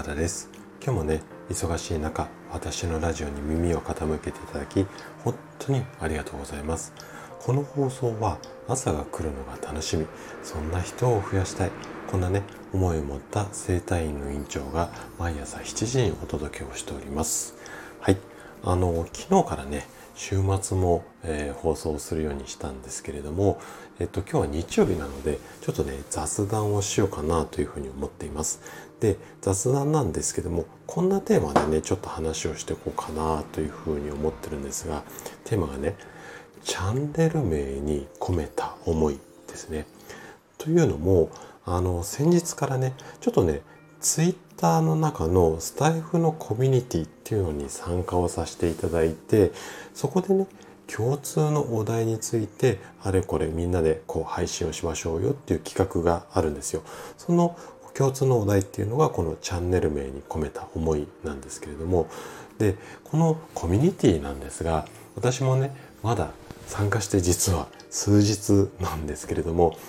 中田です。今日もね、忙しい中、私のラジオに耳を傾けていただき、本当にありがとうございます。この放送は朝が来るのが楽しみ、そんな人を増やしたい、こんなね、思いを持った整体院の院長が毎朝7時にお届けをしております。はい。昨日からね、週末も、放送するようにしたんですけれども、今日は日曜日なので、ちょっとね、雑談をしようかなというふうに思っています。で、雑談なんですけども、こんなテーマでね、ちょっと話をしていこうかなというふうに思ってるんですが、テーマがね、チャンネル名に込めた思いですね。というのも、先日からね、ちょっとね、ツイッターの中のスタイフのコミュニティっていうのに参加をさせていただいて、そこでね、共通のお題についてあれこれみんなでこう配信をしましょうよっていう企画があるんですよ。その共通のお題っていうのがこのチャンネル名に込めた思いなんですけれども、で、このコミュニティなんですが、私もね、まだ参加して実は数日なんですけれども、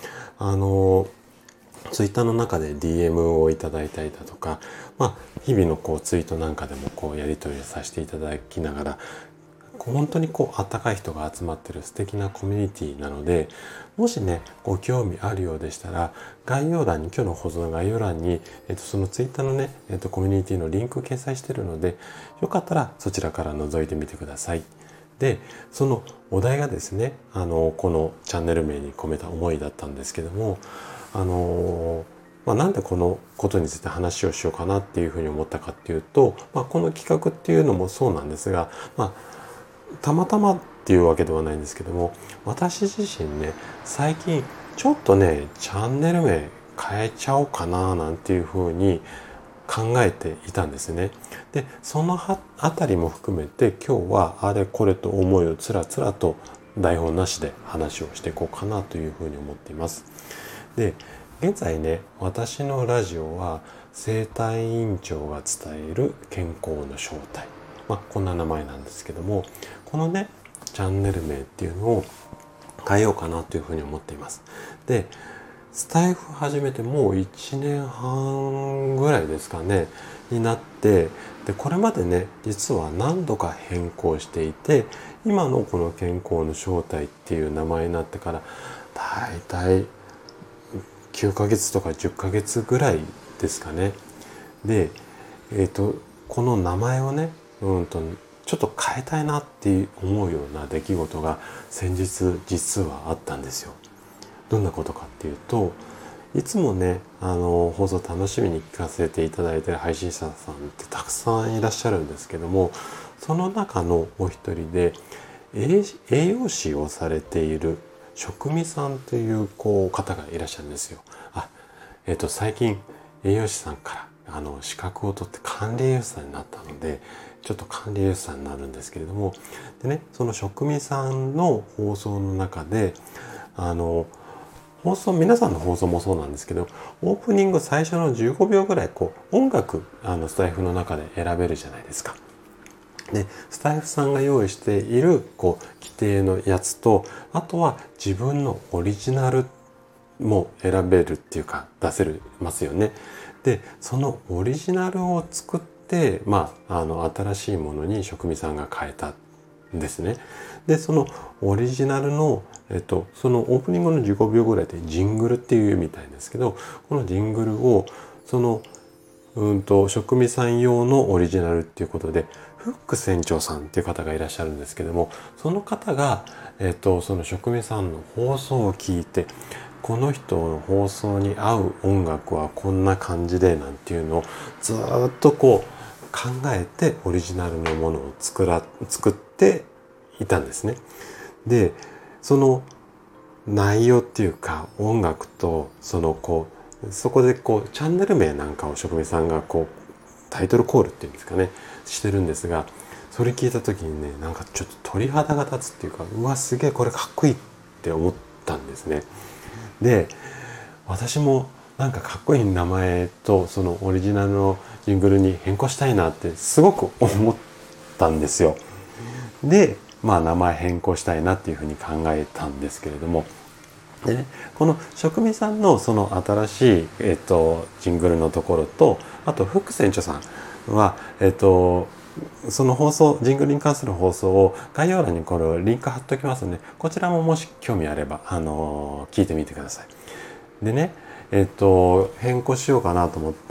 ツイッターの中で DM をいただいたりだとか、日々のこうツイートなんかでもこうやり取りをさせていただきながら、本当にこう温かい人が集まってる素敵なコミュニティなので、もしねご興味あるようでしたら、概要欄に、今日の放送の概要欄に、そのツイッターのね、コミュニティのリンク掲載してるので、よかったらそちらから覗いてみてください。で、そのお題がですね、このチャンネル名に込めた思いだったんですけども、なんでこのことについて話をしようかなっていうふうに思ったかっていうと、この企画っていうのもそうなんですが、たまたまっていうわけではないんですけども、私自身ね、最近ちょっとね、チャンネル名変えちゃおうかななんていうふうに考えていたんですね。で、そのあたりも含めて今日はあれこれと思いをつらつらと台本なしで話をしていこうかなというふうに思っています。で、現在ね、私のラジオは整体院長が伝える健康の正体、こんな名前なんですけども、このねチャンネル名っていうのを変えようかなというふうに思っています。で、スタイフ始めてもう1年半ぐらいですかねになって、でこれまでね実は何度か変更していて、今のこの健康の正体っていう名前になってからだいたい9ヶ月とか10ヶ月ぐらいですかね。で、この名前をね、ちょっと変えたいなって思うような出来事が先日実はあったんですよ。どんなことかっていうと、いつもね、放送楽しみに聞かせていただいている配信者さんってたくさんいらっしゃるんですけども、その中のお一人で栄養士をされている職味さんという方がいらっしゃるんですよ。最近栄養士さんから資格を取って管理栄養士さんになったので、ちょっと管理栄養士さんになるんですけれども、でね、その職味さんの放送の中で皆さんの放送もそうなんですけど、オープニング最初の15秒ぐらい音楽スタイフの中で選べるじゃないですか。で、スタイフさんが用意している規定のやつと、あとは自分のオリジナルも選べるっていうか出せますよね。で、そのオリジナルを作って、新しいものに職味さんが変えたんですね。で、そのオリジナルのそのオープニングの15秒ぐらいでジングルっていうみたいですけど、このジングルをその職味さん用のオリジナルっていうことで、フック船長さんっていう方がいらっしゃるんですけども、その方がその職味さんの放送を聞いて、この人の放送に合う音楽はこんな感じでなんていうのをずっと考えてオリジナルのものを作っていたんですね。で、その内容っていうか音楽とそこでチャンネル名なんかを職味さんがタイトルコールっていうんですかね、してるんですが、それ聞いた時にね、なんかちょっと鳥肌が立つっていうか、うわすげえこれかっこいいって思ったんですね。で、私もなんかかっこいい名前とそのオリジナルのジングルに変更したいなってすごく思ったんですよ。で、名前変更したいなっていうふうに考えたんですけれども、 でね、この職味さんのその新しい、ジングルのところと、あと福船長さんは、その放送、ジングルに関する放送を概要欄にこれリンク貼っておきますので、こちらももし興味あれば、聞いてみてください。でね、変更しようかなと思って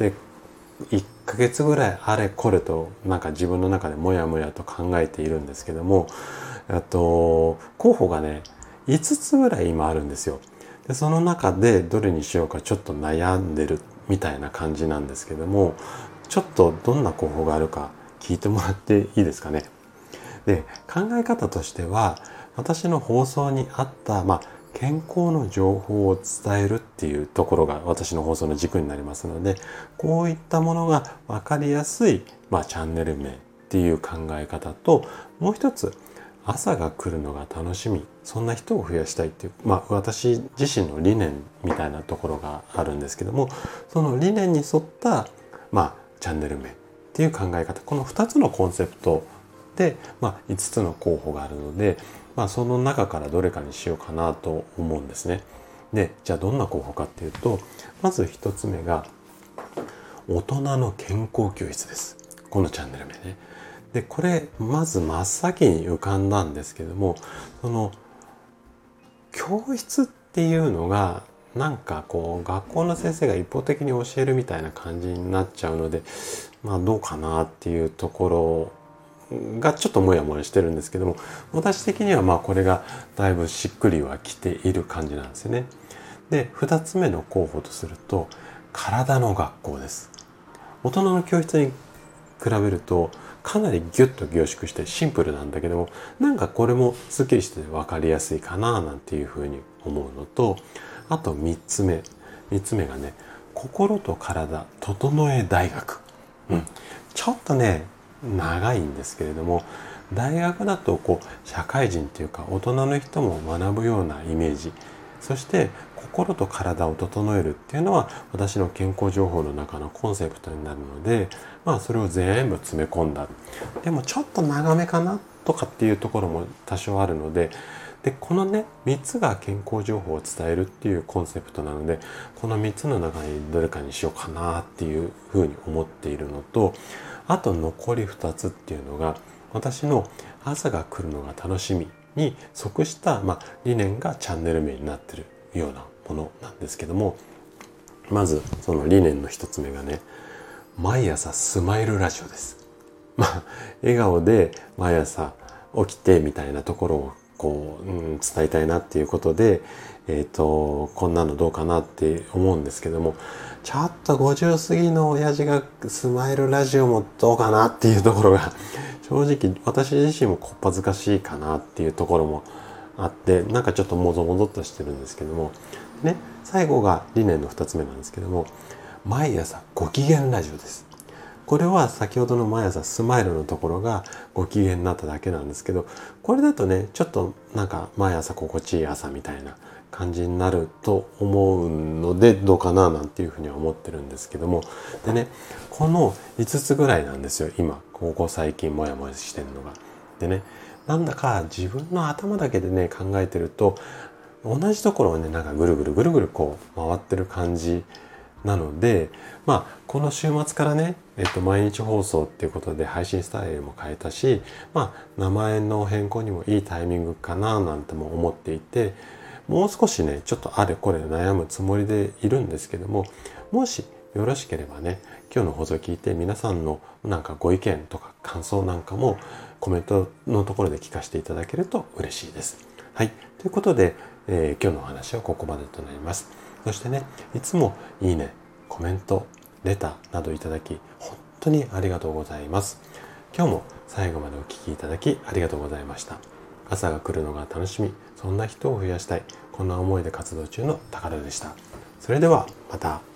、1ヶ月ぐらいあれこれとなんか自分の中でもやもやと考えているんですけども、候補がね、5つぐらい今あるんですよ。で、その中でどれにしようかちょっと悩んでるみたいな感じなんですけども、ちょっとどんな候補があるか聞いてもらっていいですかね。で、考え方としては、私の放送にあった、健康の情報を伝えるっていうところが私の放送の軸になりますので、こういったものが分かりやすい、チャンネル名っていう考え方と、もう一つ、朝が来るのが楽しみ、そんな人を増やしたいっていう、私自身の理念みたいなところがあるんですけども、その理念に沿った、チャンネル名っていう考え方、この2つのコンセプトで、5つの候補があるので、その中からどれかにしようかなと思うんですね。で、じゃあどんな候補かっていうと、まず1つ目が、大人の健康教室です。このチャンネル名ね。で、これ、まず真っ先に浮かんだんですけども、その、教室っていうのが、なんかこう、学校の先生が一方的に教えるみたいな感じになっちゃうので、どうかなっていうところがちょっともやもやしてるんですけども、私的にはこれがだいぶしっくりはきている感じなんですよね。で、2つ目の候補とすると、体の学校です。大人の教室に比べるとかなりギュッと凝縮してシンプルなんだけども、なんかこれもすっきりして分かりやすいかななんていうふうに思うのと、あと3つ目がね、心と体整え大学。ちょっとね長いんですけれども、大学だとこう社会人っていうか大人の人も学ぶようなイメージ、そして心と体を整えるっていうのは私の健康情報の中のコンセプトになるので、それを全部詰め込んだ。でもちょっと長めかなとかっていうところも多少あるので、このね、3つが健康情報を伝えるっていうコンセプトなので、この3つの中にどれかにしようかなっていうふうに思っているのと、あと残り2つっていうのが、私の朝が来るのが楽しみに即した、理念がチャンネル名になってるようなものなんですけども、まずその理念の1つ目がね、毎朝スマイルラジオです。笑顔で毎朝起きてみたいなところを伝えたいなっていうことで、こんなのどうかなって思うんですけども、ちょっと50過ぎの親父がスマイルラジオもどうかなっていうところが正直私自身もこっぱずかしいかなっていうところもあって、なんかちょっともぞもぞっとしてるんですけどもね。最後が理念の2つ目なんですけども、毎朝ご機嫌ラジオです。これは先ほどの毎朝スマイルのところがご機嫌になっただけなんですけど、これだとね、ちょっとなんか毎朝心地いい朝みたいな感じになると思うので、どうかななんていうふうには思ってるんですけども、でね、この5つぐらいなんですよ、今ここ最近もやもやしてるのが。でね、なんだか自分の頭だけでね考えてると、同じところをねなんかぐるぐるこう回ってる感じなので、この週末からね、毎日放送っていうことで配信スタイルも変えたし、名前の変更にもいいタイミングかななんても思っていて、もう少しねちょっとあれこれ悩むつもりでいるんですけども、もしよろしければね、今日の放送を聞いて皆さんのなんかご意見とか感想なんかもコメントのところで聞かせていただけると嬉しいです。はい、ということで、今日のお話はここまでとなります。そしてね、いつもいいね、コメント、レターなどいただき本当にありがとうございます。今日も最後までお聞きいただきありがとうございました。朝が来るのが楽しみ、そんな人を増やしたい、こんな思いで活動中の高田でした。それではまた。